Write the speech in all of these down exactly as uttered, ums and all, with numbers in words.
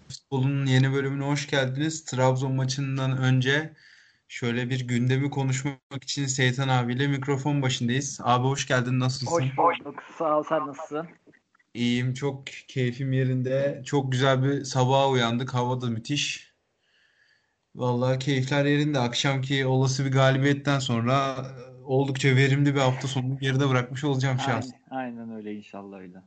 Futbolun yeni bölümüne hoş geldiniz. Trabzon maçından önce şöyle bir gündemi konuşmak için Seytan abiyle mikrofon başındayız. Abi hoş geldin, nasılsın? Hoş bulduk. Sağ ol. Sen nasılsın? İyiyim, çok keyfim yerinde. Çok güzel bir sabaha uyandık. Hava da müthiş. Vallahi keyifler yerinde. Akşamki olası bir galibiyetten sonra e, oldukça verimli bir hafta sonunu geride bırakmış olacağım şahsen. Aynen, aynen öyle inşallah öyle.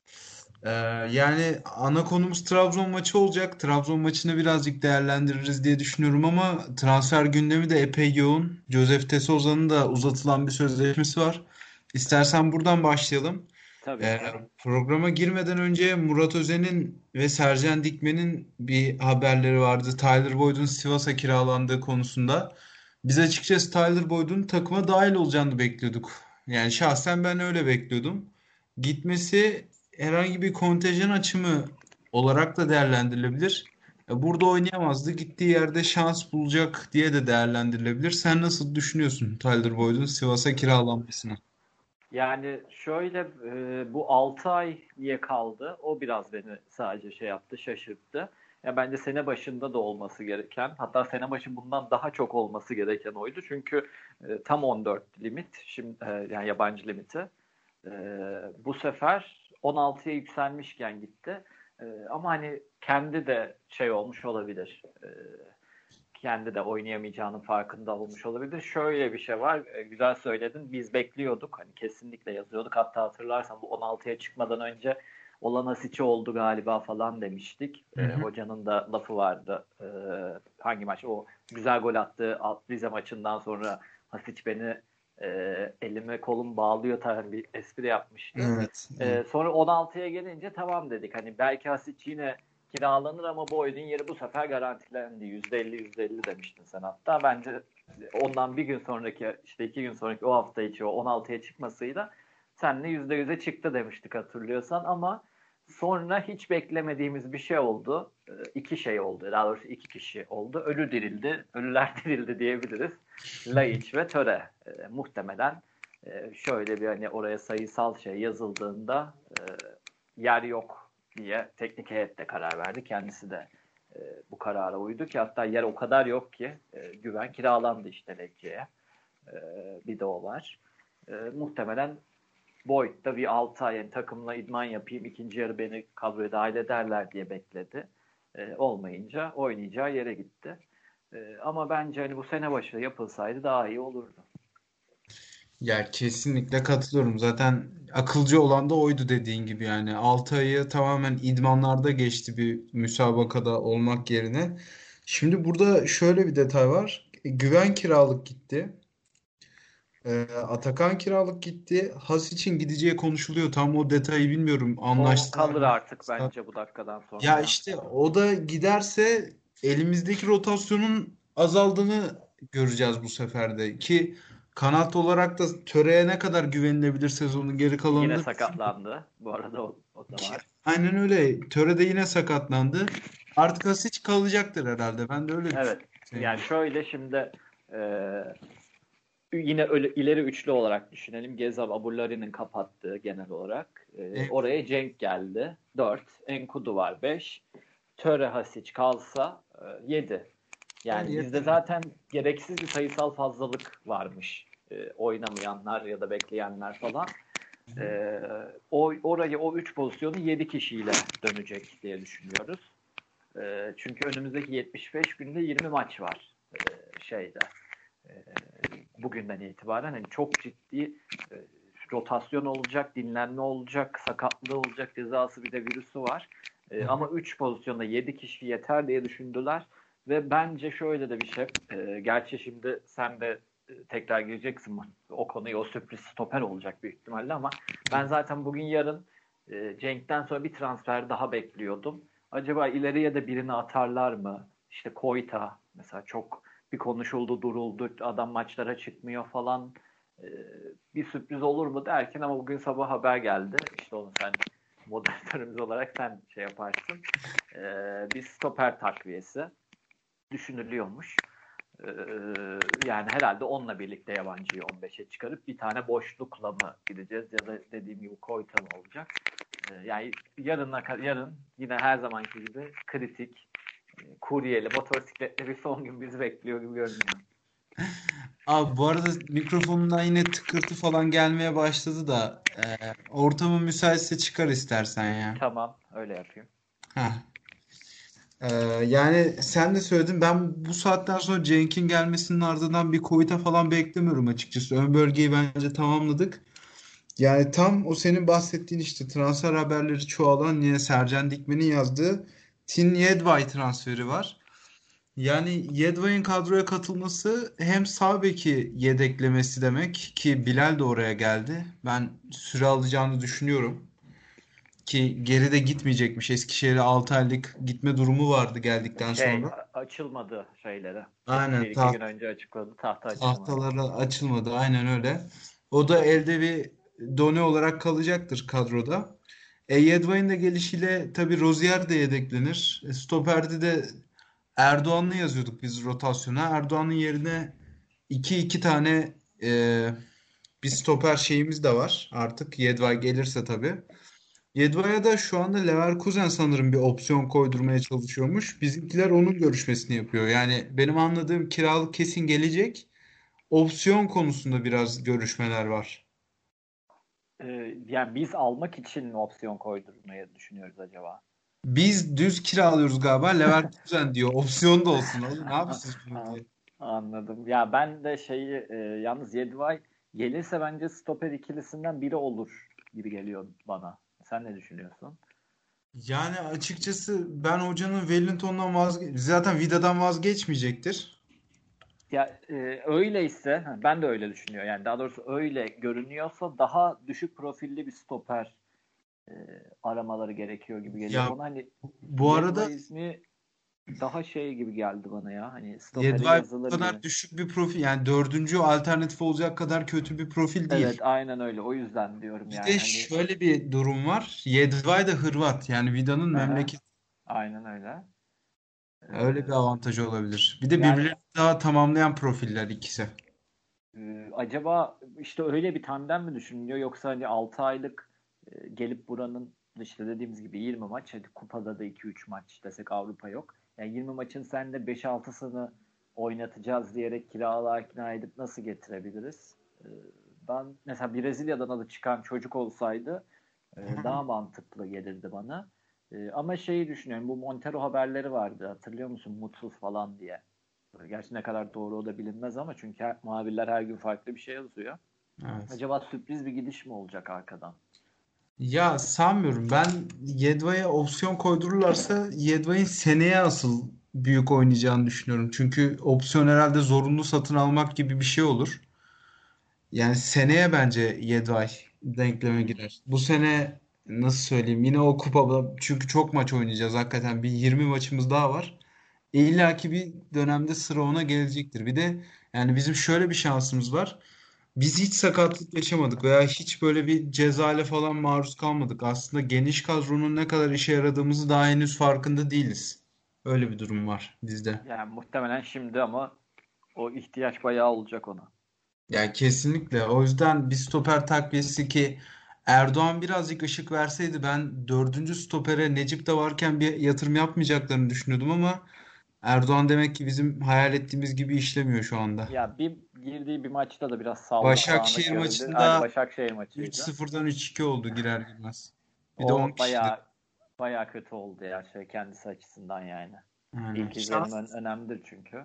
Ee, yani ana konumuz Trabzon maçı olacak. Trabzon maçını birazcık değerlendiririz diye düşünüyorum ama transfer gündemi de epey yoğun. Josef de Souza'nın da uzatılan bir sözleşmesi var. İstersen buradan başlayalım. Tabii Ee, ki. programa girmeden önce Murat Özen'in ve Sercan Dikmen'in bir haberleri vardı. Tyler Boyd'un Sivas'a kiralandığı konusunda. Biz açıkçası Tyler Boyd'un takıma dahil olacağını bekliyorduk. Yani şahsen ben öyle bekliyordum. Gitmesi herhangi bir kontenjan açımı olarak da değerlendirilebilir. E, Burada oynayamazdı. Gittiği yerde şans bulacak diye de değerlendirilebilir. Sen nasıl düşünüyorsun Tyler Boyd'un Sivas'a kiralanmasını? Yani şöyle e, bu altı ay niye kaldı? O biraz beni sadece şey yaptı, şaşırttı. Ya bence sene başında da olması gereken, hatta sene başı bundan daha çok olması gereken oydu. Çünkü e, tam on dört limit, şimdi e, yani yabancı limiti. E, Bu sefer on altıya yükselmişken gitti. E, ama hani kendi de şey olmuş olabilir. E, kendi de oynayamayacağının farkında olmuş olabilir. Şöyle bir şey var. E, güzel söyledin. Biz bekliyorduk. Hani kesinlikle yazıyorduk. Hatta hatırlarsan bu on altıya çıkmadan önce Olanasiçi oldu galiba falan demiştik. Hı E, hı. hocanın da lafı vardı. E, hangi maç? O güzel gol attığı Rize maçından sonra Hasic beni e, elime kolum bağlıyor tarzı bir espri yapmıştı. Evet. Evet. E, sonra on altıya gelince tamam dedik. Hani belki Hasic yine kiralanır ama Boyd'un yeri bu sefer garantilendi. yüzde elli yüzde elli demiştin sen hatta. Bence ondan bir gün sonraki işte iki gün sonraki o hafta içi o on altıya çıkmasıyla senle yüzde yüze çıktı demiştik hatırlıyorsan ama sonra hiç beklemediğimiz bir şey oldu. E, iki şey oldu. Daha doğrusu iki kişi oldu. Ölü dirildi. Ölüler dirildi diyebiliriz. Laiç ve Töre. E, muhtemelen e, şöyle bir hani oraya sayısal şey yazıldığında e, yer yok diye teknik heyet de karar verdi. Kendisi de e, bu karara uydu ki hatta yer o kadar yok ki e, Güven kiralandı işte Lecce'ye. E, bir de o var. E, muhtemelen Boyd da bir altı ay yani takımla idman yapayım ikinci yarı beni kadroya dahil ederler diye bekledi. E, olmayınca oynayacağı yere gitti. E, ama bence hani bu sene başı yapılsaydı daha iyi olurdu. Ya kesinlikle katılıyorum. Zaten akılcı olan da oydu dediğin gibi yani. altı ayı tamamen idmanlarda geçti bir müsabakada olmak yerine. Şimdi burada şöyle bir detay var. E, Güven kiralık gitti. E, Atakan kiralık gitti. Has için gideceği konuşuluyor. Tam o detayı bilmiyorum. O Anlaştılar kalır mı? artık bence bu dakikadan sonra Ya ya. işte o da giderse elimizdeki rotasyonun azaldığını göreceğiz bu sefer de. Ki kanat olarak da Töre'ye ne kadar güvenilebilir sezonun geri Yine kalanında. sakatlandı. Bu arada o, o da Ki- var. Aynen öyle. Töre de yine sakatlandı. Artık Asic kalacaktır herhalde. Ben de öyle Evet. Yani düşünüyorum. şöyle şimdi e, yine öyle ileri üçlü olarak düşünelim. Gezal Abullari'nin kapattığı genel olarak. E, En, oraya Cenk geldi. Dört. Enkudu var. Beş. Töre Hasic kalsa e, yedi. yani Yani bizde yeter. zaten gereksiz bir sayısal fazlalık varmış. E, oynamayanlar ya da bekleyenler falan. E, o orayı o üç pozisyonu yedi kişiyle dönecek diye düşünüyoruz. E, çünkü önümüzdeki yetmiş beş günde yirmi maç var e, şeyde. E, bugünden itibaren hani çok ciddi e, rotasyon olacak, dinlenme olacak, sakatlığı olacak, cezası bir de virüsü var. E, ama üç pozisyonda yedi kişi yeter diye düşündüler ve bence şöyle de bir şey. E, gerçi şimdi sen de e, tekrar gireceksin o konuyu, o sürpriz stoper olacak büyük ihtimalle ama ben zaten bugün yarın e, Cenk'ten sonra bir transfer daha bekliyordum. Acaba ileriye de birini atarlar mı? İşte Koyta mesela çok bir konuşuldu duruldu adam maçlara çıkmıyor falan ee, bir sürpriz olur mu derken ama bugün sabah haber geldi işte onu sen moderatörümüz olarak sen şey yaparsın ee, bir stoper takviyesi düşünülüyormuş. Ee, yani herhalde onunla birlikte yabancıyı on beşe çıkarıp bir tane boşlukla mı gideceğiz ya da dediğim gibi Koyta mı olacak E, yani yarına yarın yine her zamanki gibi kritik, e, kuryeli, motosikletli bir son gün bizi bekliyor gibi görünüyor. Abi bu arada mikrofonundan yine tıkırtı falan gelmeye başladı da e, ortamın müsaitse çıkar istersen ya. Tamam, öyle yapayım. Heh. E, Yani sen de söyledin, ben bu saatten sonra Cenk'in gelmesinin ardından bir Koyta falan beklemiyorum açıkçası. Ön bölgeyi bence tamamladık. Yani tam o senin bahsettiğin işte transfer haberleri çoğalan, yine Sercan Dikmen'in yazdığı Tin Yedvay transferi var. Yani Yedvay'ın kadroya katılması hem sağ beki yedeklemesi demek ki Bilal de oraya geldi. Ben süre alacağını düşünüyorum ki geri de gitmeyecekmiş. Eskişehir'e altı aylık gitme durumu vardı geldikten Şey sonra. açılmadı şeyleri. Bir Aynen, iki taht gün önce açıkladı. Tahta açılmadı. tahtaları açılmadı. Aynen öyle. O da elde bir done olarak kalacaktır kadroda. E, Yedvay'ın da gelişiyle tabii Rozier de yedeklenir. E, Stoper'de de Erdoğan'ı yazıyorduk biz rotasyona. Erdoğan'ın yerine iki iki tane e, bir stoper şeyimiz de var. Artık Yedvay gelirse tabii. Yedvay'a da şu anda Leverkusen sanırım bir opsiyon koydurmaya çalışıyormuş. Bizimkiler onun görüşmesini yapıyor. Yani benim anladığım kiralık kesin gelecek. Opsiyon konusunda biraz görüşmeler var. Ee, yani biz almak için mi opsiyon koydurmayı düşünüyoruz acaba? Biz düz kiralıyoruz galiba. Leverkusen diyor. Opsiyon da olsun. Oğlum ne yapıyorsunuz bunu diye. An- Anladım. Ya ben de şeyi e, yalnız Yedvay gelirse bence stoper ikilisinden biri olur gibi geliyor bana. Sen ne düşünüyorsun? Yani açıkçası ben hocanın Wellington'dan vazge zaten Vida'dan vazgeçmeyecektir. Ya e, öyleyse ha, ben de öyle düşünüyorum. Yani daha doğrusu öyle görünüyorsa daha düşük profilli bir stoper e, aramaları gerekiyor gibi geliyor Ya bana. Hani bu arada Yedvay ismi daha şey gibi geldi bana ya. Hani stopere Yedvay bu yazılır kadar gibi. düşük bir profil, yani dördüncü alternatif olacak kadar kötü bir profil Evet, değil. aynen öyle. O yüzden diyorum Bir yani de hani. şöyle bir durum var. Yedvay da Hırvat, yani Vida'nın Aha, memleketi. aynen öyle. Öyle bir Ee, avantajı olabilir. Bir de yani birbirlerini daha tamamlayan profiller ikisi. e, acaba işte öyle bir tandem mi düşünülüyor yoksa hani altı aylık e, gelip buranın işte dediğimiz gibi yirmi maç, hadi kupada da iki üç maç desek Avrupa yok. Yani yirmi maçın sen de beş altısını oynatacağız diyerek kiralığa ikna edip nasıl getirebiliriz? Ee, ben mesela Brezilya'dan adı çıkan çocuk olsaydı e, daha mantıklı gelirdi bana. E, ama şeyi düşünüyorum, bu Montero haberleri vardı, hatırlıyor musun, mutsuz falan diye. Gerçi ne kadar doğru o da bilinmez ama çünkü her, muhabirler her gün farklı bir şey yazıyor. Evet. Acaba sürpriz bir gidiş mi olacak arkadan? Ya sanmıyorum. Ben Yedvay'a opsiyon koydururlarsa Yedvay'ın seneye asıl büyük oynayacağını düşünüyorum. Çünkü opsiyon herhalde zorunlu satın almak gibi bir şey olur. Yani seneye bence Yedvay denkleme Hmm. girer. Bu sene nasıl söyleyeyim, yine o kupada, çünkü çok maç oynayacağız hakikaten, bir yirmi maçımız daha var. İlla ki bir dönemde sıra ona gelecektir. Bir de yani bizim şöyle bir şansımız var. Biz hiç sakatlık yaşamadık veya hiç böyle bir cezayla falan maruz kalmadık. Aslında geniş kadronun ne kadar işe yaradığımızı daha henüz farkında değiliz. Öyle bir durum var bizde. Yani muhtemelen şimdi ama o ihtiyaç bayağı olacak ona. Yani kesinlikle. O yüzden bir stoper takviyesi, ki Erdoğan birazcık ışık verseydi ben dördüncü stopere Necip de varken bir yatırım yapmayacaklarını düşünüyordum ama Erdoğan demek ki bizim hayal ettiğimiz gibi işlemiyor şu anda. Ya bir girdiği bir maçta da biraz saldı, dağınık Başakşehir göründü. Aynı maçında Başakşehir maçıydı. üç sıfırdan üç iki oldu girer girmez. Bir de on O kişiydi. bayağı bayağı kötü oldu ya şey, kendisi açısından yani. Aynen. İlk izlenim ön- önemlidir çünkü.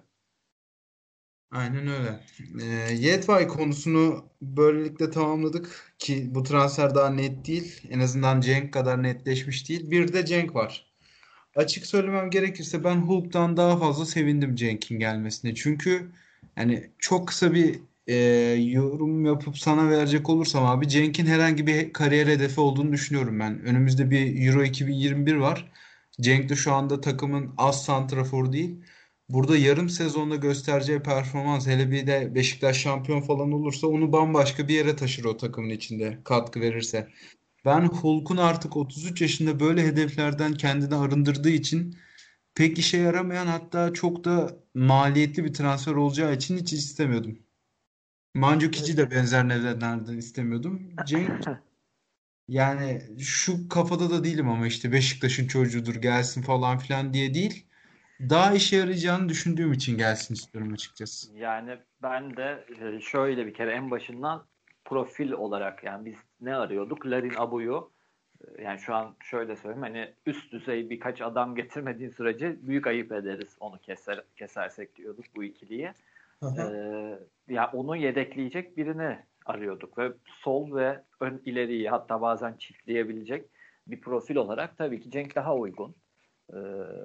Aynen öyle. Ee, Yedvay konusunu böylelikle tamamladık ki bu transfer daha net değil. En azından Cenk kadar netleşmiş değil. Bir de Cenk var. Açık söylemem gerekirse ben Hulk'tan daha fazla sevindim Cenk'in gelmesine. Çünkü yani çok kısa bir e, yorum yapıp sana verecek olursam abi, Cenk'in herhangi bir kariyer hedefi olduğunu düşünüyorum ben. Önümüzde bir Euro iki bin yirmi bir var. Cenk de şu anda takımın az santraforu değil. Burada yarım sezonda göstereceği performans, hele bir de Beşiktaş şampiyon falan olursa, onu bambaşka bir yere taşır o takımın içinde katkı verirse. Ben Hulk'un artık otuz üç yaşında böyle hedeflerden kendini arındırdığı için, pek işe yaramayan, hatta çok da maliyetli bir transfer olacağı için hiç istemiyordum. Mandzukic de benzer nedenlerden istemiyordum. Cenk Yani şu kafada da değilim ama işte Beşiktaş'ın çocuğudur gelsin falan filan diye değil. Daha işe yarayacağını düşündüğüm için gelsin istiyorum açıkçası. Yani ben de e, şöyle bir kere en başından profil olarak, yani biz ne arıyorduk? Larin Abu'yu, e, yani şu an şöyle söyleyeyim, hani üst düzey birkaç adam getirmediğin sürece büyük ayıp ederiz onu keser, kesersek diyorduk bu ikiliyi. Aha. Ee, Ya onu yedekleyecek birini arıyorduk ve sol ve ön ileriyi hatta bazen çiftleyebilecek bir profil olarak tabii ki Cenk daha uygun. Ee,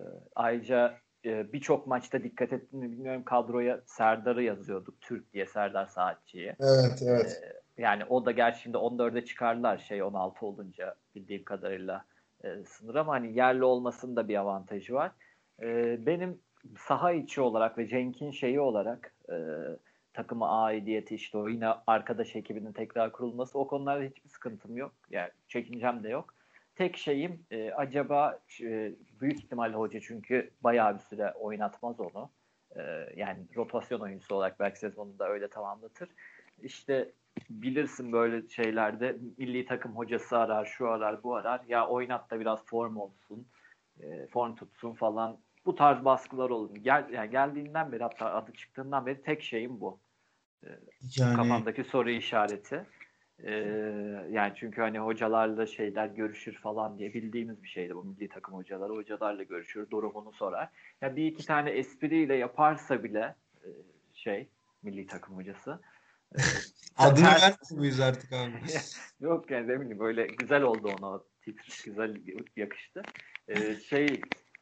Ayrıca e, birçok maçta dikkat ettim mi bilmiyorum, kadroya Serdar'ı yazıyorduk. Türk diye, Serdar Saatçı'yı. Evet, Ee, evet. Yani o da gerçi şimdi on dörde çıkarlar şey on altı olunca bildiğim kadarıyla e, sınır, ama hani yerli olmasının da bir avantajı var. E, benim saha içi olarak ve Cenk'in şeyi olarak e, takıma aidiyeti, işte o yine arkadaş ekibinin tekrar kurulması, o konularda hiçbir sıkıntım yok. Yani çekincem de yok. Tek şeyim e, acaba e, büyük ihtimalle hoca çünkü bayağı bir süre oynatmaz onu. E, Yani rotasyon oyuncusu olarak belki sezonunda öyle tamamlatır. İşte bilirsin böyle şeylerde milli takım hocası arar, şu arar, bu arar. Ya oynat da biraz form olsun, e, form tutsun falan. Bu tarz baskılar olur. Gel, yani geldiğinden beri, hatta adı çıktığından beri tek şeyim bu. E, Yani Kafamdaki soru işareti. E, Yani çünkü hani hocalarla şeyler görüşür falan diye bildiğimiz bir şeydi bu, milli takım hocaları. Hocalarla görüşür, durumunu sorar. Ya bir iki tane espriyle yaparsa bile e, şey milli takım hocası. E, adını Ters. vermiyor muyuz artık abi? Yok yani, ne bileyim, böyle güzel oldu ona o titr, güzel yakıştı. Ee, şey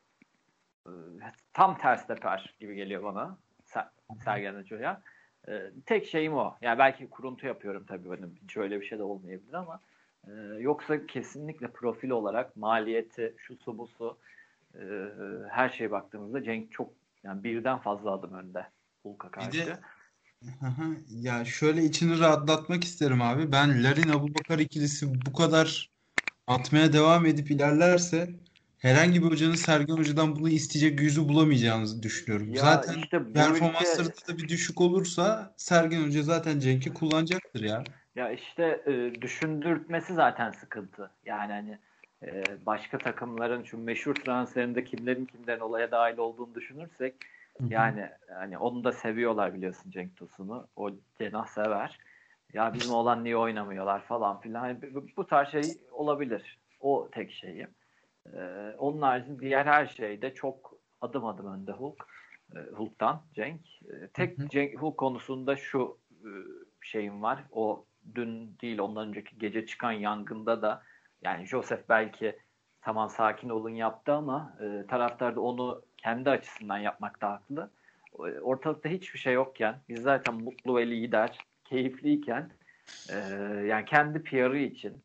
e, Tam ters teper gibi geliyor bana Ser, Sergen Hoca'ya. Ee, tek şeyim o. Yani belki kuruntu yapıyorum tabii, benim hiç öyle bir şey de olmayabilir ama e, yoksa kesinlikle profil olarak maliyeti, şu su bu su, e, her şeye baktığımızda Cenk çok, yani birden fazla adım önde Hulk'a Bir karşı. de aha, ya şöyle içini rahatlatmak isterim abi. Ben Larin Abubakar ikilisi bu kadar atmaya devam edip ilerlerse herhangi bir hocanın Sergen Hoca'dan bunu isteyecek yüzü bulamayacağınızı düşünüyorum. Ya Zaten işte bu performansları ülke da bir düşük olursa Sergen Hoca zaten Cenk'i kullanacaktır ya. Ya işte e, düşündürtmesi zaten sıkıntı. Yani hani e, başka takımların şu meşhur transferinde kimlerin kimlerin olaya dahil olduğunu düşünürsek, Hı hı. yani hani onu da seviyorlar biliyorsun, Cenk Tosun'u. O cenah sever. Ya bizim oğlan niye oynamıyorlar falan filan. Hani bu, bu tarz şey olabilir. O tek şeyim. E, Onun haricinde diğer her şeyde çok adım adım önde Hulk. E, Hulk'tan Cenk. E, Hı tek hı. Cenk Hulk konusunda şu e, şeyim var. O dün değil, ondan önceki gece çıkan yangında da, yani Joseph belki tamam sakin olun yaptı ama e, taraftar da onu kendi açısından yapmakta haklı. E, Ortalıkta hiçbir şey yokken, biz zaten mutlu ve lider, keyifliyken, e, yani kendi P R'ı için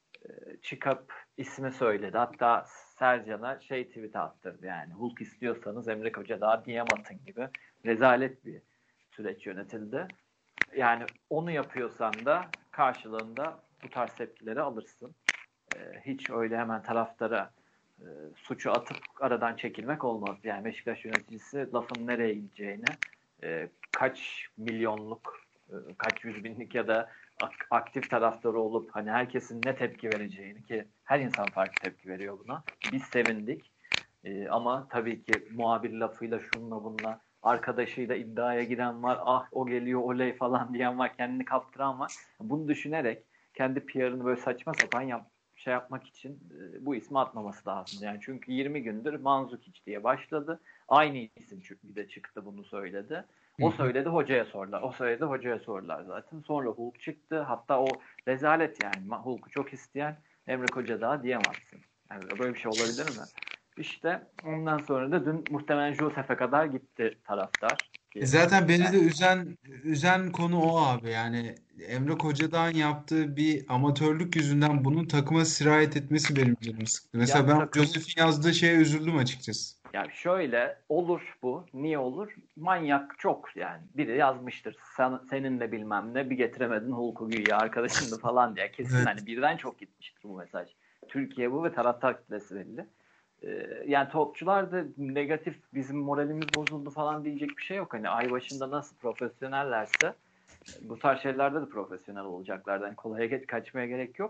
çıkıp ismi söyledi. Hatta Sercan'a şey tweet attırdı, yani Hulk istiyorsanız Emre Koca daha D M atın gibi rezalet bir süreç yönetildi. Yani onu yapıyorsan da karşılığında bu tarz tepkileri alırsın. Ee, hiç öyle hemen taraftara e, suçu atıp aradan çekilmek olmaz. Yani Beşiktaş yöneticisi lafın nereye gideceğini, e, kaç milyonluk, e, kaç yüz binlik ya da ak- aktif taraftarı olup hani herkesin ne tepki vereceğini, ki her insan farklı tepki veriyor buna. Biz sevindik. E, ama tabii ki muhabir lafıyla, şunla bunla, arkadaşıyla iddiaya giren var. Ah o geliyor oley falan diyen var. Kendini kaptıran var. Bunu düşünerek kendi P R'ını böyle saçma sapan yap, şey yapmak için e, bu ismi atmaması lazım. Yani çünkü yirmi gündür Manzukic diye başladı. Aynı isim bir de çıktı, bunu söyledi. Hı O hı. söyledi, hocaya sordular. O söyledi, hocaya sordular zaten. Sonra Hulk çıktı. Hatta o rezalet yani. Hulk'u çok isteyen Emre Koca daha diyemezsin. Yani böyle bir şey olabilir mi? İşte ondan sonra da dün muhtemelen Josef'e kadar gitti taraftar. E Ki, Zaten beni yani, de üzen üzen konu o abi. Yani Emre Koca'dan yaptığı bir amatörlük yüzünden bunun takıma sirayet etmesi benim canımı sıktı. Mesela ya ben takım Josef'in yazdığı şeye üzüldüm açıkçası. Yani şöyle olur bu. Niye olur? Manyak çok yani. Biri yazmıştır. Sen, seninle bilmem ne bir getiremedin Hulk'u güya arkadaşındı falan diye. Kesin Evet. hani birden çok gitmiştir bu mesaj. Türkiye bu ve taraftar kitlesi belli. Ee, yani topçular da negatif, bizim moralimiz bozuldu falan diyecek bir şey yok. Hani ay başında nasıl profesyonellerse bu tarz şeylerde de profesyonel olacaklardan kolaya geç kaçmaya gerek yok.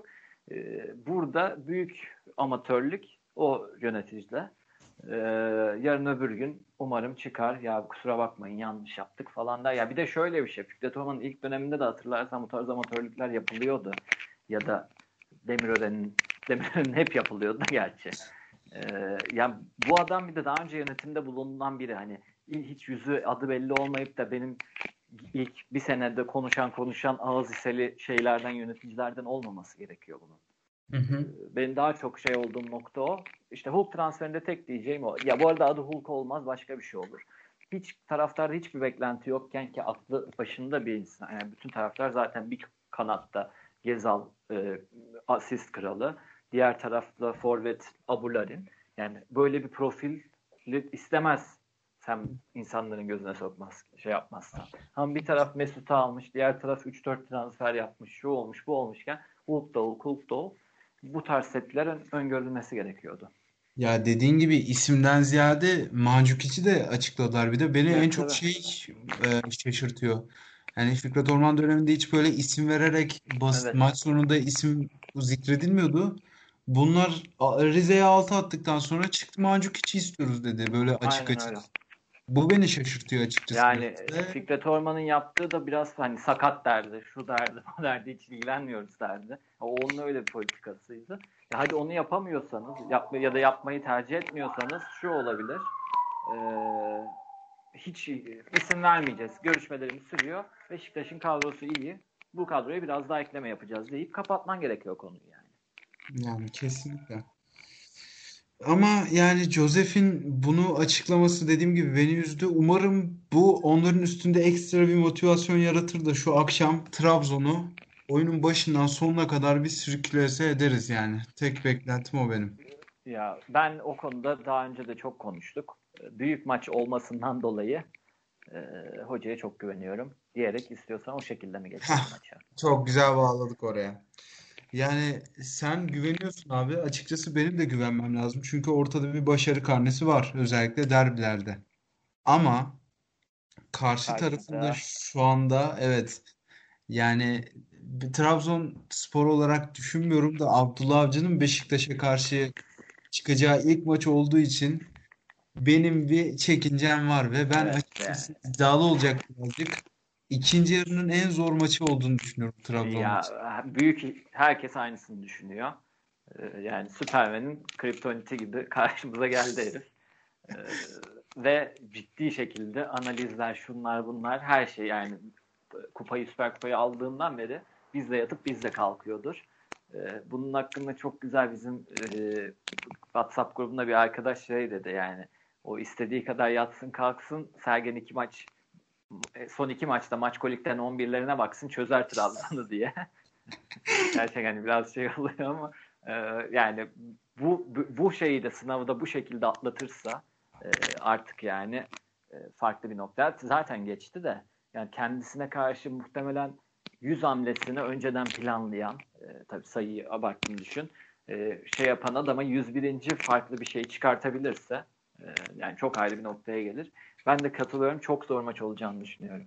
Ee, burada büyük amatörlük o yöneticide. Ee, yarın öbür gün umarım çıkar. Ya kusura bakmayın yanlış yaptık falan der. Ya bir de şöyle bir şey. Fikret Orman'ın ilk döneminde de hatırlarsan bu tarz amatörlükler yapılıyordu. Ya da Demirören'in Demirören'in hep yapılıyordu gerçi. Ee, yani bu adam bir de daha önce yönetimde bulunan biri. Hani hiç yüzü adı belli olmayıp da benim ilk bir senede konuşan konuşan ağız iseli şeylerden, yöneticilerden olmaması gerekiyor bunun. Hı hı. Benim daha çok şey olduğum nokta o. İşte Hulk transferinde tek diyeceğim o. Ya bu arada adı Hulk olmaz, başka bir şey olur. Hiç taraftarda hiçbir beklenti yokken ki aklı başında bir insan. Yani bütün taraftar zaten bir kanatta Gezal e, asist kralı. Diğer tarafta forvet Abularin. Yani böyle bir profil istemez sen insanların gözüne sokmaz, şey yapmazsan. Ama bir taraf Mesut'u almış, diğer taraf üç dört transfer yapmış, şu olmuş, bu olmuşken Hulk da Hulk, Hulk da Hulk. Bu tarz setlerin öngörülmesi gerekiyordu. Ya dediğin gibi isimden ziyade Mancukic'i de açıkladılar. Bir de beni en Tabii çok tabii. şey e, şaşırtıyor. Yani Fikret Orman döneminde hiç böyle isim vererek bas, Evet. maç sonunda isim zikredilmiyordu. Bunlar a- Rize'ye altı attıktan sonra çıktı Mancukic'i istiyoruz dedi. Böyle açık Aynen açık. öyle. Bu beni şaşırtıyor açıkçası Yani biraz. e, Ve Fikret Orman'ın yaptığı da biraz hani sakat derdi, şu derdi, bu derdi, hiç ilgilenmiyoruz derdi. O onun öyle bir politikasıydı. Ya hadi onu yapamıyorsanız yapma, ya da yapmayı tercih etmiyorsanız şu olabilir. Ee, hiç isim vermeyeceğiz. Görüşmelerimiz sürüyor. Beşiktaş'ın kadrosu iyi. Bu kadroya biraz daha ekleme yapacağız deyip kapatman gerekiyor konuyu yani. yani kesinlikle. Ama yani Josef'in bunu açıklaması dediğim gibi beni üzdü. Umarım bu onların üstünde ekstra bir motivasyon yaratır da şu akşam Trabzon'u oyunun başından sonuna kadar bir sürüklese ederiz yani. Tek beklentim o benim. Ya ben o konuda daha önce de çok konuştuk. Büyük maç olmasından dolayı e, hocaya çok güveniyorum diyerek istiyorsan o şekilde mi geçelim Heh, maça? çok güzel bağladık oraya. Yani sen güveniyorsun abi. Açıkçası benim de güvenmem lazım. Çünkü ortada bir başarı karnesi var. Özellikle derbilerde. Ama karşı tarafında Karşıda şu anda evet. Yani bir Trabzonspor olarak düşünmüyorum da Abdullah Avcı'nın Beşiktaş'a karşı çıkacağı ilk maç olduğu için benim bir çekincem var ve ben evet yani. açıkçası iddialı olacak birazcık. İkinci yarının en zor maçı olduğunu düşünüyorum Trabzon maçı. Ya büyük herkes aynısını düşünüyor. E, yani Superman'in kriptoniti gibi karşımıza geldi herif. E, ve ciddi şekilde analizler, şunlar bunlar her şey yani kupayı Süper Kupayı aldığından beri bizle yatıp bizle kalkıyordur. Ee, bunun hakkında çok güzel bizim e, WhatsApp grubunda bir arkadaş şey dedi yani o istediği kadar yatsın kalksın Sergen iki maç e, son iki maçta maç kolikten on birlerine baksın çözer Trabzon'u diye. Gerçekten hani biraz şey oluyor ama e, yani bu, bu bu şeyi de sınavı da bu şekilde atlatırsa e, artık yani e, farklı bir nokta. Zaten geçti de yani kendisine karşı muhtemelen yüz hamlesini önceden planlayan e, tabii sayıyı abarttım düşün. E, şey yapan adama yüz birinci farklı bir şey çıkartabilirse e, yani çok ayrı bir noktaya gelir. Ben de katılıyorum. Çok zor maç olacağını düşünüyorum.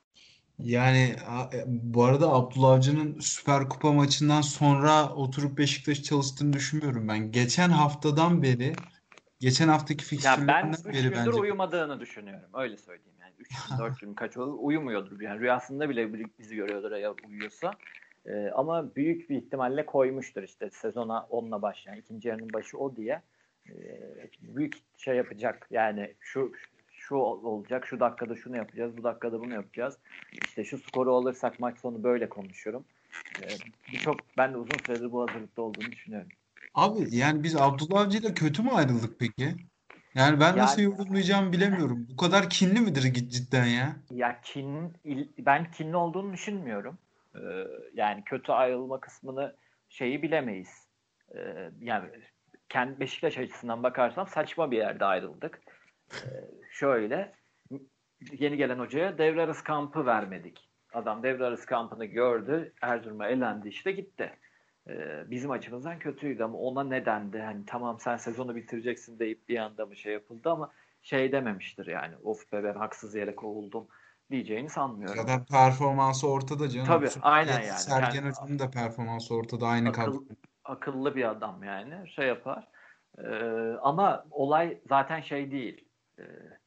Yani a- e, bu arada Abdullah Avcı'nın Süper Kupa maçından sonra oturup Beşiktaş'ı çalıştığını düşünmüyorum ben. Geçen haftadan beri, geçen haftaki Ya ben fikstürlerinden üç beri gündür bence. uyumadığını düşünüyorum. Öyle söyleyeyim yani. Üç gün, dört gün kaç olur uyumuyordur. Yani rüyasında bile bizi görüyordur eğer uyuyorsa. Ee, ama büyük bir ihtimalle koymuştur işte sezona onunla başlayan. ikinci yarının başı o diye. Ee, büyük şey yapacak. Yani şu şu olacak, şu dakikada şunu yapacağız, bu dakikada bunu yapacağız. İşte şu skoru alırsak maç sonu böyle konuşuyorum. Ee, Birçok ben de uzun süredir bu hazırlıkta olduğunu düşünüyorum. Abi yani biz Abdullah Avcı'yla kötü mü ayrıldık peki? Yani ben nasıl Yani yorumlayacağımı bilemiyorum. Bu kadar kinli midir git- cidden ya? Ya kin, ben kinli olduğunu düşünmüyorum. Ee, yani kötü ayrılma kısmını şeyi bilemeyiz. Ee, yani kendi Beşiktaş açısından bakarsam saçma bir yerde ayrıldık. Ee, şöyle yeni gelen hocaya devre arası kampı vermedik. Adam devre arası kampını gördü. Erzurum'a elendi işte gitti. Ee, bizim açımızdan kötüydü ama ona nedendi? Hani tamam sen sezonu bitireceksin deyip bir anda mı şey yapıldı ama şey dememiştir yani. Of be ben haksız yere kovuldum diyeceğini sanmıyorum. Zaten performansı ortada canım. Tabii aynen Sürekli yani. Sergen Kendi Hoca'nın da performansı ortada aynı akıl kadro. akıllı bir adam yani şey yapar. Ee, ama olay zaten şey değil. Ee,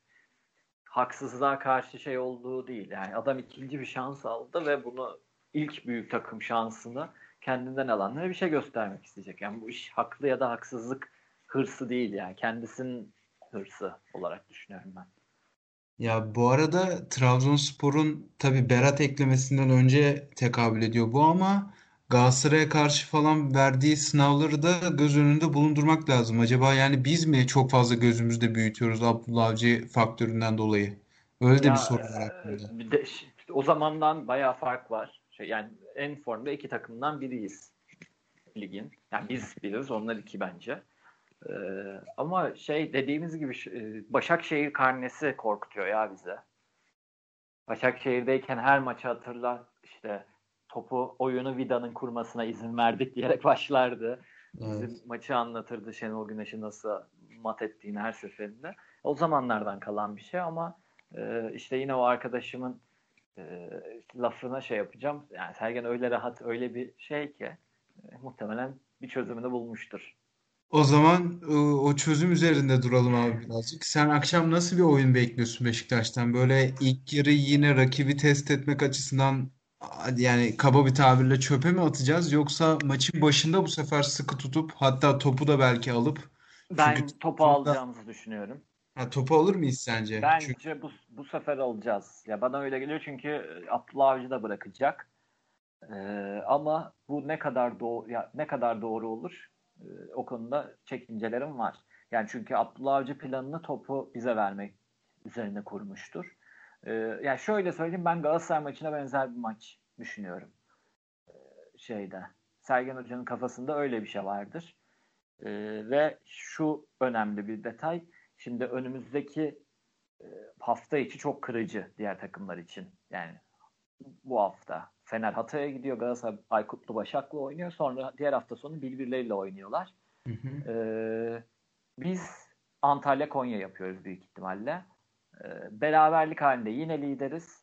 haksızlığa karşı şey olduğu değil. Yani adam ikinci bir şans aldı ve bunu ilk büyük takım şansını kendinden alanlara bir şey göstermek isteyecek. Yani bu iş haklı ya da haksızlık hırsı değil yani. Kendisinin hırsı olarak düşünüyorum ben. Ya bu arada Trabzonspor'un tabii Berat eklemesinden önce tekabül ediyor bu ama Galatasaray'a karşı falan verdiği sınavları da göz önünde bulundurmak lazım. Acaba yani biz mi çok fazla gözümüzde büyütüyoruz Abdullah Avcı faktöründen dolayı? Öyle de bir Ya soru var e, aklımda. bir de, o zamandan bayağı fark var. Şey, yani en formda iki takımdan biriyiz ligin. Yani biz biliriz, onlar iki bence. Ee, ama şey dediğimiz gibi e, Başakşehir karnesi korkutuyor ya bize. Başakşehir'deyken her maçı hatırlar, işte topu oyunu Vida'nın kurmasına izin verdik diyerek başlardı. Bizim Evet. maçı anlatırdı, Şenol Güneş'i nasıl mat ettiğini her seferinde. O zamanlardan kalan bir şey ama e, işte yine o arkadaşımın e, lafına şey yapacağım. Yani Sergen öyle rahat, öyle bir şey ki e, muhtemelen bir çözümünü bulmuştur. O zaman e, o çözüm üzerinde duralım abi birazcık. Sen akşam nasıl bir oyun bekliyorsun Beşiktaş'tan? Böyle ilk yarı yine rakibi test etmek açısından hadi yani kaba bir tabirle çöpe mi atacağız? Yoksa maçın başında bu sefer sıkı tutup hatta topu da belki alıp çünkü Ben topu Trabzon'da alacağımızı düşünüyorum. ha, topu alır mıyız sence? Çünkü Bence bu bu sefer alacağız. Ya bana öyle geliyor çünkü e, Abdullah Avcı da bırakacak. Ee, ama bu ne kadar doğru ya ne kadar doğru olur? Ee, o konuda çekincelerim var. Yani çünkü Abdullah Avcı planını topu bize vermek üzerine kurmuştur. Ee, yani şöyle söyleyeyim, ben Galatasaray maçına benzer bir maç düşünüyorum şeyde. Sergen Hoca'nın kafasında öyle bir şey vardır. Ee, ve şu önemli bir detay. Şimdi önümüzdeki e, hafta içi çok kırıcı diğer takımlar için. Yani bu hafta Fener Hatay'a gidiyor. Galatasaray Aykutlu Başak'la oynuyor. Sonra diğer hafta sonu birbirleriyle oynuyorlar. hı hı. Ee, biz Antalya Konya yapıyoruz büyük ihtimalle. Ee, beraberlik halinde yine lideriz.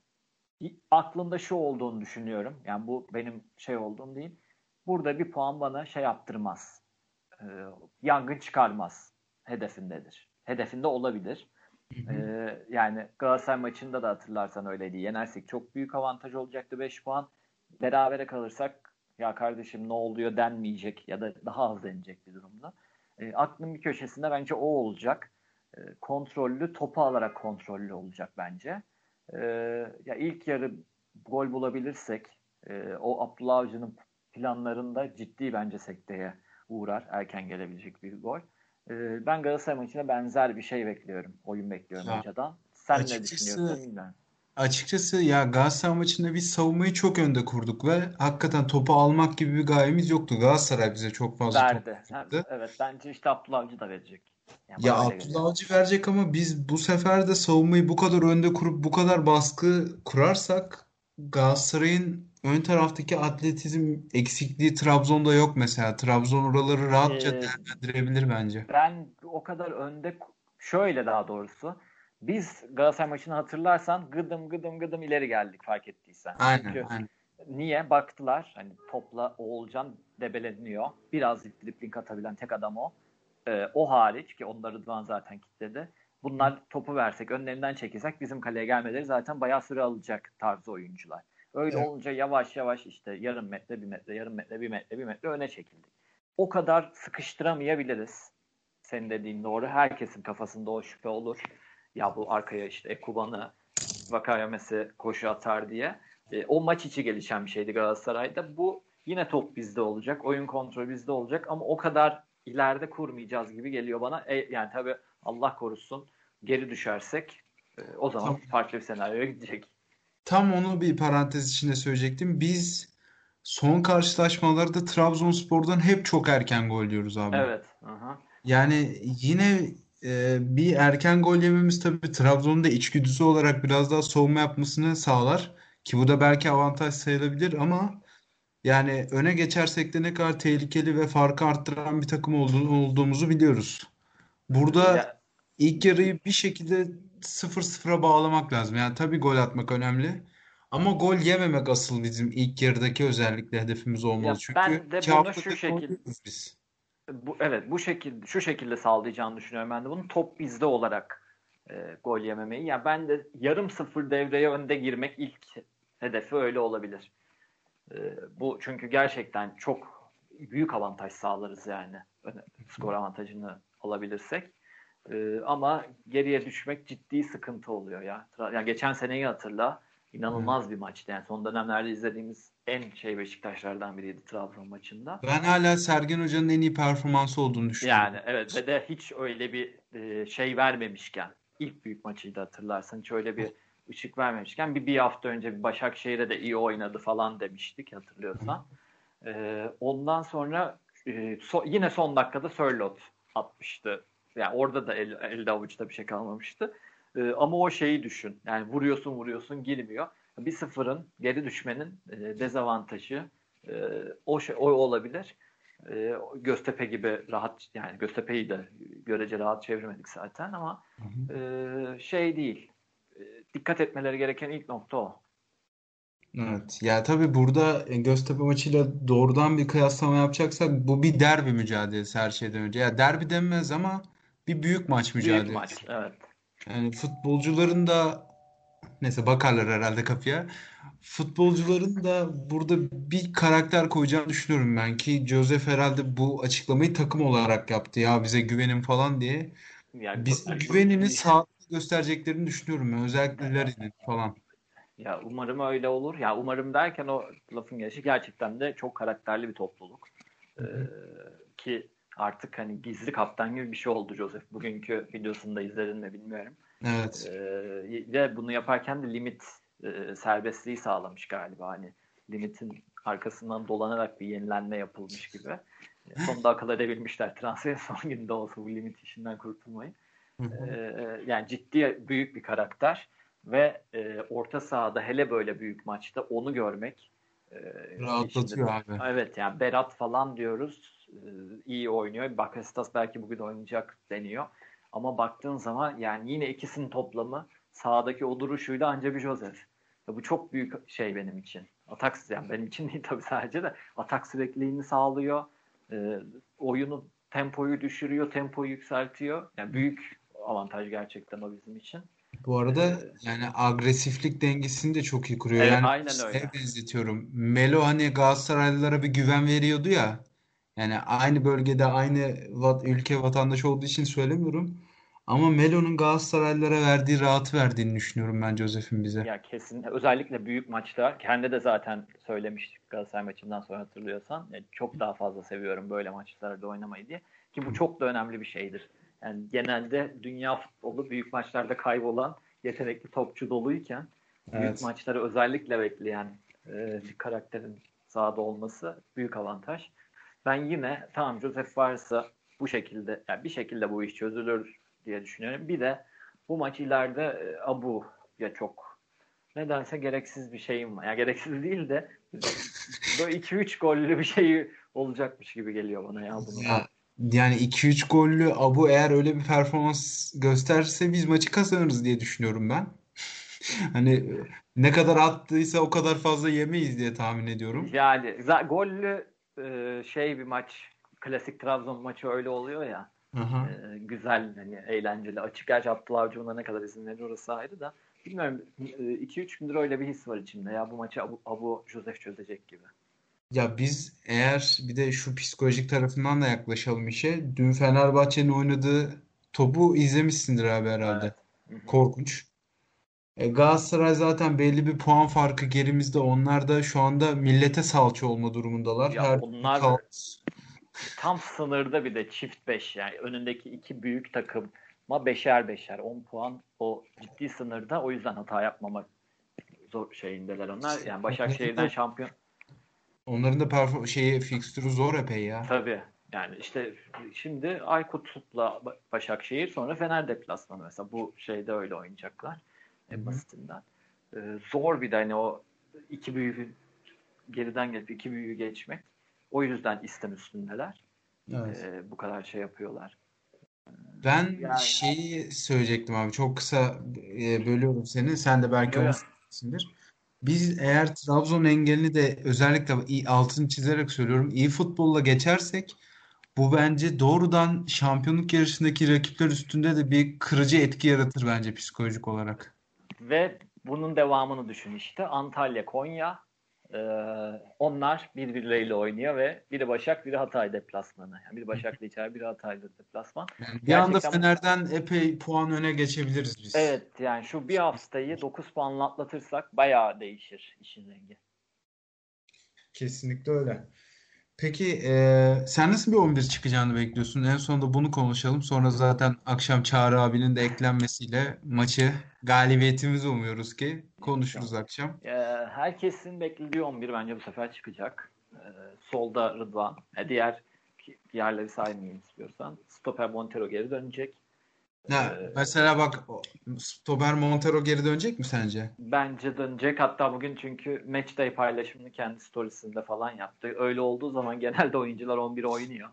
Aklımda şu olduğunu düşünüyorum. Yani bu benim şey olduğum değil. Burada bir puan bana şey yaptırmaz. Ee, yangın çıkarmaz hedefindedir. Hedefinde olabilir. Hı hı. Ee, yani Galatasaray maçında da hatırlarsan öyleydi. Yenersek çok büyük avantaj olacaktı, beş puan. Berabere kalırsak ya kardeşim ne oluyor denmeyecek ya da daha az denilecek bir durumda. E, aklın bir köşesinde bence o olacak. E, kontrollü, topu alarak kontrollü olacak bence. E, ya ilk yarı gol bulabilirsek e, o Abdullah Avcı'nın planlarında ciddi bence sekteye uğrar. Erken gelebilecek bir gol. E, ben Galatasaray maçına benzer bir şey bekliyorum. Oyun bekliyorum Ya hocadan. Sen ne açıkçası düşünüyorsun bilmiyorum. Açıkçası ya Galatasaray maçında biz savunmayı çok önde kurduk ve hakikaten topu almak gibi bir gayemiz yoktu. Galatasaray bize çok fazla top Verdi. Hem, attı. evet bence işte Abdullah Avcı da verecek. Yani Ya bana öyle geliyor. Abdullah Avcı verecek ama biz bu sefer de savunmayı bu kadar önde kurup bu kadar baskı kurarsak Galatasaray'ın ön taraftaki atletizm eksikliği Trabzon'da yok mesela. Trabzon oraları rahatça Ee, değerlendirebilir bence. ben o kadar önde, şöyle daha doğrusu, biz Galatasaray maçını hatırlarsan gıdım gıdım gıdım ileri geldik fark ettiysen. Aynen, Çünkü aynen. niye? Baktılar hani topla Oğulcan debeleniyor. Biraz dribling atabilen tek adam o. Ee, o hariç ki onları Rıdvan zaten kilitledi. Bunlar topu versek, önlerinden çekilsek bizim kaleye gelmeleri zaten bayağı süre alacak tarzı oyuncular. Öyle Evet. olunca yavaş yavaş işte yarım metre, bir metre, yarım metre, bir metre, bir metre öne çekildik. O kadar sıkıştıramayabiliriz. Senin dediğin doğru. Herkesin kafasında o şüphe olur. Ya bu arkaya işte Ekuban'ı, Vakayemes'i koşu atar diye. E, o maç içi gelişen bir şeydi Galatasaray'da. Bu yine top bizde olacak. Oyun kontrolü bizde olacak ama o kadar ileride kurmayacağız gibi geliyor bana. E, yani tabii Allah korusun geri düşersek e, o zaman Tam, farklı bir senaryoya gidecek. tam onu bir parantez içinde söyleyecektim. Biz son karşılaşmalarda Trabzonspor'dan hep çok erken gol yiyoruz abi. Evet. Aha. Yani yine e, bir erken gol yememiz tabii Trabzon'un da içgüdüsü olarak biraz daha savunma yapmasını sağlar. Ki bu da belki avantaj sayılabilir ama yani öne geçersek de ne kadar tehlikeli ve farkı arttıran bir takım olduğu- olduğumuzu biliyoruz. E, Burada ya, ilk yarıyı bir şekilde sıfır sıfıra bağlamak lazım. Yani tabii gol atmak önemli. Ama gol yememek asıl bizim ilk yarıdaki özellikle hedefimiz olmalı. Ya Çünkü ben de iki bunu şu haftadır gol şekil yiyoruz biz. bu evet bu şekilde şu şekilde sağlayacağını düşünüyorum ben de bunu top bizde olarak e, gol yememeyi. Ya ben de yarım sıfır devreye önde girmek ilk hedefi öyle olabilir. E, bu çünkü gerçekten çok büyük avantaj sağlarız yani. Öne- skor avantajını alabilirsek. E, ama geriye düşmek ciddi sıkıntı oluyor ya. Tra- Yani geçen seneyi hatırla. Evet. İnanılmaz bir maçtı. Yani son dönemlerde izlediğimiz en şey Beşiktaşlardan biriydi Trabzon maçında. Ben hala Sergen Hoca'nın en iyi performansı olduğunu düşünüyorum. Yani evet ve de hiç öyle bir e, şey vermemişken ilk büyük maçıydı hatırlarsan hiç öyle bir ışık vermemişken bir bir hafta önce bir Başakşehir'e de iyi oynadı falan demiştik hatırlıyorsan. E, ondan sonra e, so, yine son dakikada Sörloth atmıştı. Yani orada da el, elde avuçta bir şey kalmamıştı. E, ama o şeyi düşün. Yani vuruyorsun vuruyorsun girmiyor. Bir sıfırın geri düşmenin e, dezavantajı e, o şey o olabilir. E, Göztepe gibi rahat yani Göztepe'yi de görece rahat çevirmedik zaten ama Hı hı. e, şey değil. E, dikkat etmeleri gereken ilk nokta o. Evet. Ya tabii burada e, Göztepe maçıyla doğrudan bir kıyaslama yapacaksak bu bir derbi mücadelesi her şeyden önce. Ya derbi denmez ama bir büyük maç Büyük mücadelesi. maç, evet. Yani futbolcuların da neyse bakarlar herhalde kapıya. Futbolcuların da burada bir karakter koyacağını düşünüyorum ben ki Joseph herhalde bu açıklamayı takım olarak yaptı ya bize güvenin falan diye. Yani Bize güvenini sağlıklı göstereceklerini düşünüyorum ben. Özellikle Larin'in falan. ya umarım öyle olur. Ya umarım derken o lafın gelişi gerçekten de çok karakterli bir topluluk. Ee, Hı hı. ki artık hani gizli kaptan gibi bir şey oldu Joseph. Bugünkü videosunu da izledin mi bilmiyorum. Ee, Evet. ve bunu yaparken de limit e, serbestliği sağlamış galiba. Hani limitin arkasından dolanarak bir yenilenme yapılmış gibi. E, sonunda akıl edebilmişler transferin son günde olsa bu limit işinden kurtulmayı. Hı hı. Ee, yani ciddi büyük bir karakter ve e, orta sahada hele böyle büyük maçta onu görmek e, şimdi Rahatlatıyor abi. evet yani Berat falan diyoruz e, iyi oynuyor. Bakasetas belki bugün oynayacak deniyor. Ama baktığın zaman yani yine ikisinin toplamı sahadaki o duruşuyla anca bir Joseph. Ya bu çok büyük şey benim için. Atak yani benim için değil tabii sadece de atak sürekliliğini sağlıyor. E, oyunu tempoyu düşürüyor, tempoyu yükseltiyor. Yani büyük avantaj gerçekten o bizim için. Bu Ee, arada yani agresiflik dengesini de çok iyi kuruyor. evet Yani aynen şeye öyle. benzetiyorum. Melo hani Galatasaraylılara bir güven veriyordu ya. Yani aynı bölgede aynı vat, ülke vatandaşı olduğu için söylemiyorum. Ama Melo'nun Galatasaraylılara verdiği rahat verdiğini düşünüyorum ben Joseph'in bize. Ya kesin özellikle büyük maçta kendi de zaten söylemiştik Galatasaray maçından sonra hatırlıyorsan yani çok daha fazla seviyorum böyle maçlarda oynamayı diye ki bu çok da önemli bir şeydir. Yani genelde dünya futbolu büyük maçlarda kaybolan yetenekli topçu doluyken büyük Evet. maçları özellikle bekleyen e, bir karakterin sahada olması büyük avantaj. Ben yine tamam Joseph varsa bu şekilde yani bir şekilde bu iş çözülür diye düşünüyorum. Bir de bu maç ileride e, Abu ya çok nedense gereksiz bir şeyim var. Yani gereksiz değil de böyle iki üç gollü bir şey olacakmış gibi geliyor bana ya bunun. Ya, yani iki üç gollü Abu eğer öyle bir performans gösterse biz maçı kazanırız diye düşünüyorum ben. Hani ne kadar attıysa o kadar fazla yemeyiz diye tahmin ediyorum. Yani gollü e, şey bir maç klasik Trabzon maçı öyle oluyor ya. Aha. E, güzel hani eğlenceli. Açık gerçi Abdullah Avcı buna ne kadar izin verir orası ayrı da. Bilmiyorum iki üç gündür öyle bir his var içimde ya bu maçı Abu, Abu Joseph çözecek gibi. Ya biz eğer bir de şu psikolojik tarafından da yaklaşalım işe. Dün Fenerbahçe'nin oynadığı topu izlemişsindir abi herhalde. Evet. Hı hı. Korkunç. E, Galatasaray zaten belli bir puan farkı gerimizde. Onlar da şu anda millete salça olma durumundalar. Ya Her türlü onlar kaos. tam sınırda bir de çift beş yani önündeki iki büyük takıma beşer beşer on puan o ciddi sınırda o yüzden hata yapmamak zor şeyindeler onlar. Yani Onların Başakşehir'den da, şampiyon onların da perform şeyi fikstürü zor epey ya. tabii yani işte şimdi Aykut'la Başakşehir sonra Fener deplasmanı mesela bu şeyde öyle oynayacaklar Hı en hı. basitinden. Ee, zor bir de hani o iki büyüğü geriden gelip iki büyüğü geçmek. O yüzden istem üstündeler. Evet. Ee, bu kadar şey yapıyorlar. Ben Yani şeyi söyleyecektim abi. Çok kısa e, bölüyorum seni. Sen de belki yo onu yo söyleyeceksindir. Biz eğer Trabzon engelini de özellikle iyi, altını çizerek söylüyorum, iyi futbolla geçersek bu bence doğrudan şampiyonluk yarışındaki rakipler üstünde de bir kırıcı etki yaratır bence psikolojik olarak. Ve bunun devamını düşün işte. Antalya, Konya, e, onlar birbirleriyle oynuyor ve biri Başak, biri Hatay deplasmanı. Yani biri Başak'ta içer, biri Hatay'da deplasman. Yani bir anda Gerçekten Fener'den epey puan öne geçebiliriz biz. evet, yani şu bir haftayı dokuz puanla atlatırsak bayağı değişir işin rengi. Kesinlikle öyle. Peki eee, sen nasıl bir on bir çıkacağını bekliyorsun? En sonunda bunu konuşalım. Sonra zaten akşam Çağrı abinin de eklenmesiyle maçı galibiyetimizi umuyoruz ki konuşuruz İnşallah. akşam. Ee, herkesin beklediği on bir bence bu sefer çıkacak. Ee, solda Rıdvan. E, diğer diğerleri saymayayım istiyorsan. Stoper Montero geri dönecek. Ha, Ee, mesela bak o- Stober Montero geri dönecek mi sence? bence dönecek. Hatta bugün çünkü Matchday paylaşımını kendi storiesinde falan yaptı. Öyle olduğu zaman genelde oyuncular on bir oynuyor.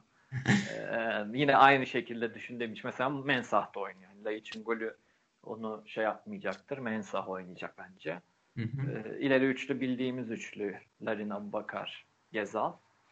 Ee, yine aynı şekilde düşün demiş. Mesela Mensah da oynuyor. Laiç'in golü onu şey yapmayacaktır. Mensah oynayacak bence. Hı hı. E, ileri üçlü bildiğimiz üçlü. Larin, Abubakar, Gezal.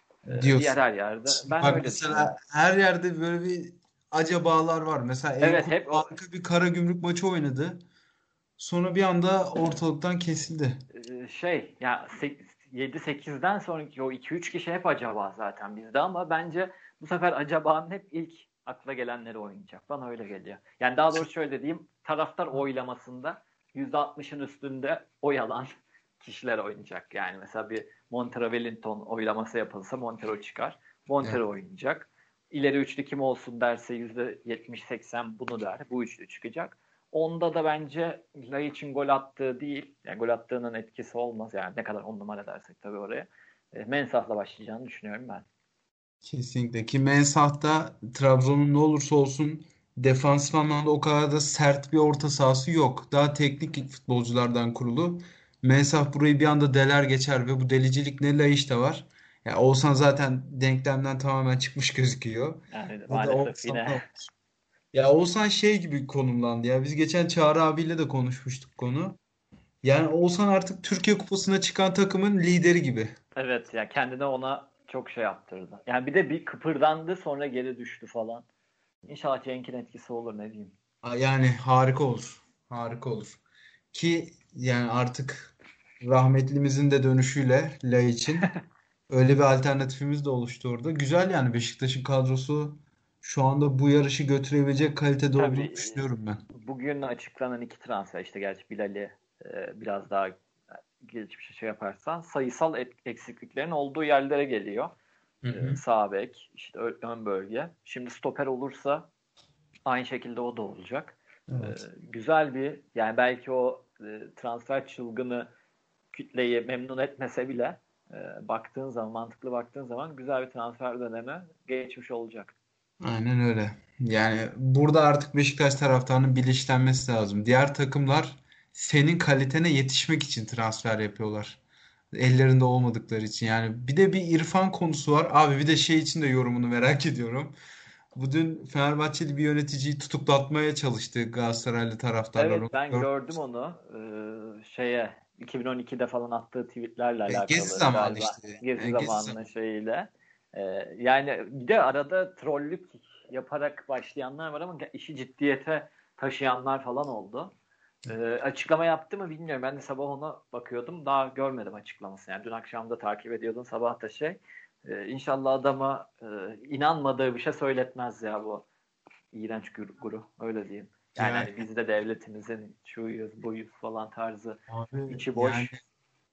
E, diğer Diyorsun. her yerde. Ben Bak öyle düşünüyorum. mesela her yerde böyle bir acabalar var. Mesela Evet, Enkudu hep o harika bir Karagümrük maçı oynadı. Sonra bir anda ortalıktan kesildi. e, şey ya yedi sekizden sonraki o iki üç kişi hep acaba zaten bizde ama bence bu sefer acabanın hep ilk akla gelenleri oynayacak. Bana öyle geliyor. Yani daha doğrusu şöyle diyeyim. Taraftar oylamasında yüzde altmışın üstünde oy alan kişiler oynayacak. Yani mesela bir Montero Wellington oylaması yapılsa Montero çıkar. Evet. Montero oynayacak. İleri üçlü kim olsun derse yüzde yetmiş seksen bunu der. Bu üçlü çıkacak. Onda da bence Laiç'in gol attığı değil, yani gol attığının etkisi olmaz. Yani ne kadar on numara dersek tabii oraya. E, Mensah'la başlayacağını düşünüyorum ben. Kesinlikle ki Mensah'ta Trabzon'un ne olursa olsun defansif anlamda o kadar da sert bir orta sahası yok. Daha teknik futbolculardan kurulu. Mensah burayı bir anda deler geçer ve bu delicilik ne Laiç'te var. Ya Oğuzhan zaten denklemden tamamen çıkmış gözüküyor. Yani Ya da maalesef Oğuzhan'da yine var. Ya Oğuzhan şey gibi konumlandı ya. Biz geçen Çağrı abiyle de konuşmuştuk konu. Yani Oğuzhan artık Türkiye Kupası'na çıkan takımın lideri gibi. evet ya kendine ona çok şey yaptırdı. Yani bir de bir kıpırdandı sonra geri düştü falan. İnşallah Cenk'in etkisi olur ne diyeyim. Ha, yani harika olur. Harika olur. Ki yani artık rahmetlimizin de dönüşüyle Lay için öyle bir alternatifimiz de oluştu orada. Güzel yani Beşiktaş'ın kadrosu şu anda bu yarışı götürebilecek kalitede olduğunu Tabii düşünüyorum ben. bugün açıklanan iki transfer işte gerçi Bilal'i e, biraz daha gelişmiş şey yaparsan sayısal et- eksikliklerin olduğu yerlere geliyor. Hı E, hı. sağ bek, işte ön bölge. Şimdi stoper olursa aynı şekilde o da olacak. E, Evet. güzel bir yani belki o e, transfer çılgını kütleyi memnun etmese bile e, baktığın zaman mantıklı baktığın zaman güzel bir transfer dönemi geçmiş olacak. Aynen öyle. Yani burada artık Beşiktaş taraftarının bilinçlenmesi lazım. Diğer takımlar senin kalitene yetişmek için transfer yapıyorlar. Ellerinde olmadıkları için. Yani bir de bir İrfan konusu var. Abi bir de şey için de yorumunu merak ediyorum. Bu dün Fenerbahçeli bir yöneticiyi tutuklatmaya çalıştı Galatasaraylı taraftarlar. Onu Evet ben gör- gördüm onu ee, şeye iki bin on ikide falan attığı tweetlerle E, Gezi alakalı zamanı galiba işte. gezi E, Gezi zamanının zamanı. şeyiyle. Ee, yani bir de arada trollük yaparak başlayanlar var ama işi ciddiyete taşıyanlar falan oldu. Ee, açıklama yaptı mı bilmiyorum. Ben de sabah ona bakıyordum. Daha görmedim açıklamasını. Yani dün akşam da takip ediyordum. Sabah da şey. Ee, inşallah adama e, inanmadığı bir şey söyletmez ya bu iğrenç guru. guru, öyle diyeyim. Yani Yani hani biz de devletimizin şuyuz buyuz falan tarzı abi içi yani boş.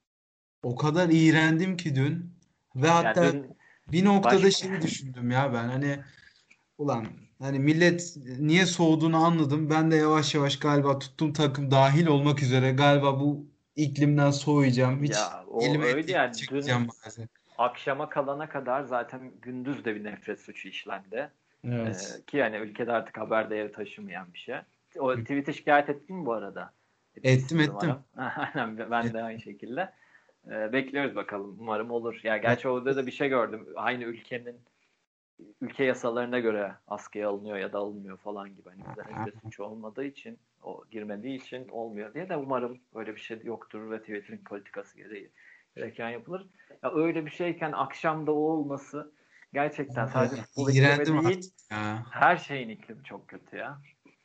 o kadar iğrendim ki dün ve Yani hatta dün bir noktada başka şeyi düşündüm ya ben hani ulan hani millet niye soğuduğunu anladım. Ben de yavaş yavaş galiba tuttuğum takım dahil olmak üzere galiba bu iklimden soğuyacağım. Hiç ya o elime öyle ettiğimi yani dün çekeceğim bazen. akşama kalana kadar zaten gündüz de bir nefret suçu işlendi. Ee, Evet. ki yani ülkede artık haber değeri taşımayan bir şey. O tweet'e şikayet ettin mi bu arada? Ettim Etmişsindir ettim. umarım. Aynen ben de aynı şekilde. Ee, bekliyoruz bakalım. Umarım olur. Ya Evet. gerçi orada da bir şey gördüm. Aynı ülkenin ülke yasalarına göre askıya alınıyor ya da alınmıyor falan gibi. Hani bizde nefret suçu olmadığı için o girmediği için olmuyor diye de umarım öyle bir şey yoktur ve Twitter'ın politikası gereği gereken yapılır. Ya öyle bir şeyken akşam da o olması gerçekten sadece futbol iklimi İğrendim değil, artık ya. her şeyin iklimi çok kötü ya.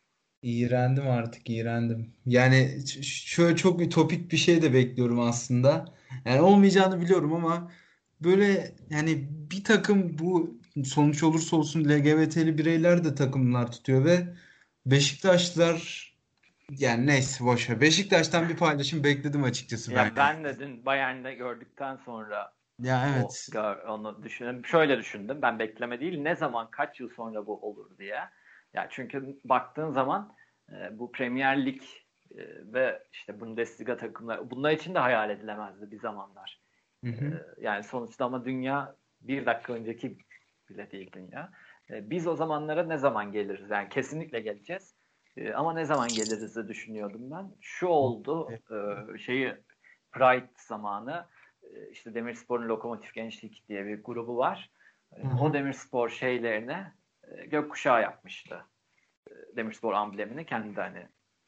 İğrendim artık, iğrendim. Yani ş- şöyle çok ütopik bir şey de bekliyorum aslında. Yani olmayacağını biliyorum ama böyle yani bir takım, bu sonuç olursa olsun L G B T'li bireyler de takımlar tutuyor ve Beşiktaşlılar, yani neyse boş ver. Beşiktaş'tan bir paylaşım bekledim açıkçası ben Ya ya. ben de dün Bayern'de gördükten sonra Ya o evet. onu düşündüm. Şöyle düşündüm. Ben bekleme değil, ne zaman, kaç yıl sonra bu olur diye. Ya çünkü baktığın zaman e, bu Premier Lig e, ve işte Bundesliga takımları bunlar için de hayal edilemezdi bir zamanlar. Hı E, hı. yani sonuçta ama dünya bir dakika önceki bile değil dünya. E, biz o zamanlara ne zaman geliriz? Yani kesinlikle geleceğiz. E, ama ne zaman geliriz de düşünüyordum ben. Şu oldu, e, şeyi Pride zamanı e, işte Demirspor'un Lokomotif Gençlik diye bir grubu var. Hı E, O hı. Demirspor şeylerine e, gökkuşağı yapmıştı. E, Demirspor amblemini kendi hani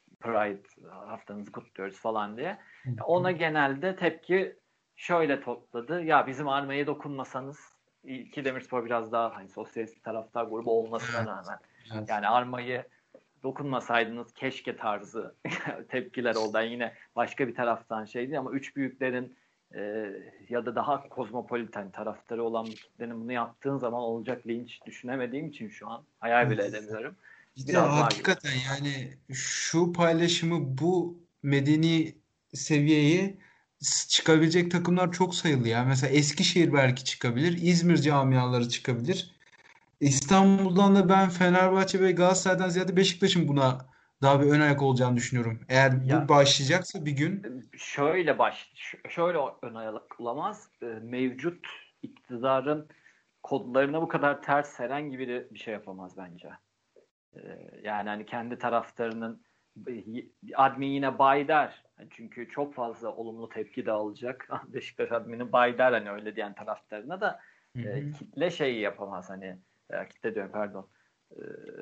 Pride haftanızı kutluyoruz falan diye. Hı hı. Ona genelde tepki şöyle topladı. Ya bizim armaya dokunmasanız, ki Demirspor biraz daha hani sosyalist bir taraftar grubu olmasına Evet, rağmen evet. yani armayı dokunmasaydınız keşke tarzı tepkiler oldu. Yani yine başka bir taraftan şeydi ama üç büyüklerin e, ya da daha kozmopolitan taraftarı olan bir kitlenin bunu yaptığın zaman olacak linç düşünemediğim için şu an hayal bile edemiyorum. Bir de Biraz var gibi. hakikaten yani şu paylaşımı, bu medeni seviyeyi s- çıkabilecek takımlar çok sayılı ya. Mesela Eskişehir belki çıkabilir, İzmir camiaları çıkabilir. İstanbul'dan da ben Fenerbahçe ve Galatasaray'dan ziyade Beşiktaş'ın buna daha bir ön ayak olacağını düşünüyorum. Eğer bu Ya başlayacaksa bir gün. şöyle baş şöyle ön ayak olamaz. E, mevcut iktidarın kodlarına bu kadar ters seren gibi de bir şey yapamaz bence. E, yani hani kendi taraftarının admin yine bay der. Yani çünkü çok fazla olumlu tepki de alacak. Beşiktaş admini bay der hani öyle diyen taraftarına da Hı e, hı. kitle şeyi yapamaz hani e, kitle diyorum pardon. E,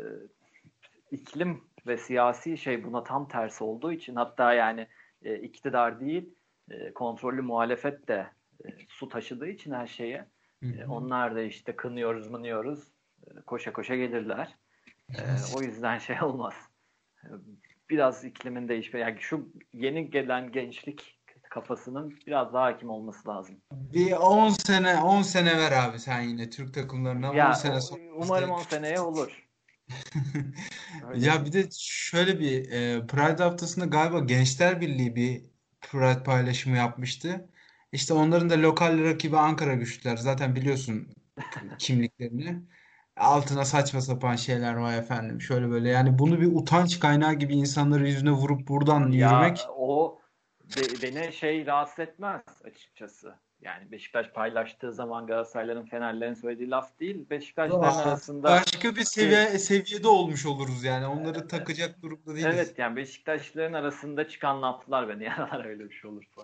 iklim ve siyasi şey buna tam tersi olduğu için hatta yani e, iktidar değil e, kontrollü muhalefet de e, su taşıdığı için her şeye Hı e, hı. onlar da işte kınıyoruz mınıyoruz e, koşa koşa gelirler. E, o yüzden şey olmaz. E, biraz iklimin değişme yani şu yeni gelen gençlik kafasının biraz daha hakim olması lazım. Bir on sene on sene ver abi sen yine Türk takımlarına, on Ya sene sonra biz umarım de on seneye olur. Öyle Ya diyeyim. bir de şöyle bir e, Pride haftasında galiba Gençler Birliği bir Pride paylaşımı yapmıştı. İşte onların da lokal rakibi Ankara Güçlüler. Zaten biliyorsun kimliklerini. Altına saçma sapan şeyler var efendim. Şöyle böyle, yani bunu bir utanç kaynağı gibi insanları yüzüne vurup buradan Ya yürümek. o be- beni şey rahatsız etmez açıkçası. Yani Beşiktaş paylaştığı zaman Galatasarayların, Fenerlerin söylediği laf değil. Beşiktaşların Rahat. arasında Başka bir ki seviye seviyede olmuş oluruz yani. Onları takacak durumda değiliz. evet yani Beşiktaşların arasında çıkan laflar beni yarar öyle bir şey olursa.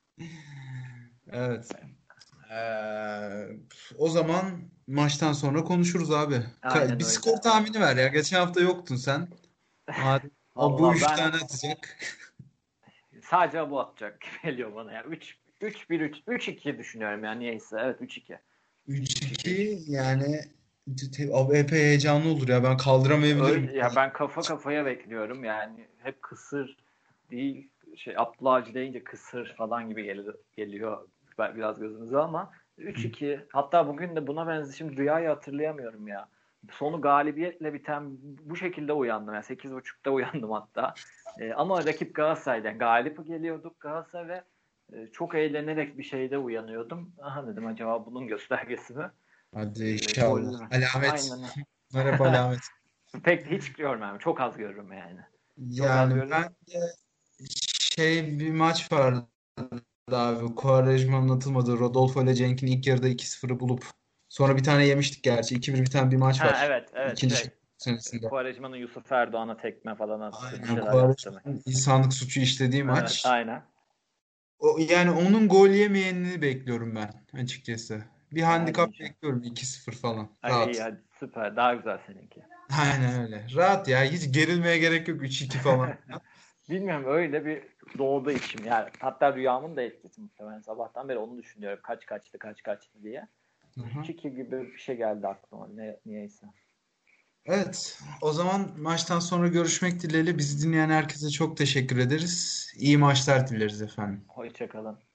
Evet. Ee, O zaman maçtan sonra konuşuruz abi. Ka- Aynen bir skor öyle. tahmini ver ya. Geçen hafta yoktun sen. Madem o bu Vallahi üç ben tane atacak. sadece bu atacak gibi geliyor bana ya. üç üç bir üç üç iki düşünüyorum yani niyeyse. Evet üç iki. üç iki. üç iki yani te- abi epey heyecanlı olur ya. Ben kaldıramayabilirim. Öyle, ya ben kafa kafaya bekliyorum yani hep kısır değil şey Abdullah Avcı deyince kısır falan gibi geliyor, geliyor biraz gözümüze ama üç iki hatta bugün de buna benzer şimdi Rüya'yı hatırlayamıyorum ya. Sonu galibiyetle biten bu şekilde uyandım. Yani sekiz buçukta uyandım hatta. Ee, ama rakip Galatasaray'dan galip geliyorduk Galatasaray ve e, çok eğlenerek bir şeyde uyanıyordum. Aha dedim acaba bunun göstergesi mi? Hadi Ee, inşallah. gollü mü? Alamet. Aynen. Bunlar hep alamet. Pek hiç görmem. Çok az görürüm yani. Çok az Yani görürüm. ben de şey bir maç vardı abi. Quaresma'nın atılmadığı Rodolfo ile Cenk'in ilk yarıda iki sıfırı bulup sonra bir tane yemiştik gerçi. iki bir biten bir maç Ha var. evet evet İkinci şey. şampiyonluk senesinde. Quaresma'nın Yusuf Erdoğan'a tekme falan attı. Bir Aynen, şeyler yaptı mı? Quaresma'nın insanlık suçu işlediği Evet maç. aynen. O, yani onun gol yemeyenini bekliyorum ben açıkçası. Bir Hadi handikap inşallah. bekliyorum, iki sıfır falan. Ay, iyi Rahat. hadi süper. Daha güzel seninki. Aynen öyle. Rahat ya. Hiç gerilmeye gerek yok üç iki falan. Bilmiyorum, öyle bir doğdu içim. Yani hatta rüyamın da etkisi muhtemelen. Sabahtan beri onu düşünüyorum. Kaç kaçtı kaç kaçtı diye. Hı hı. üç iki gibi bir şey geldi aklıma. Ne, niyeyse. Evet. O zaman maçtan sonra görüşmek dileğiyle. Bizi dinleyen herkese çok teşekkür ederiz. İyi maçlar dileriz efendim. Hoşçakalın.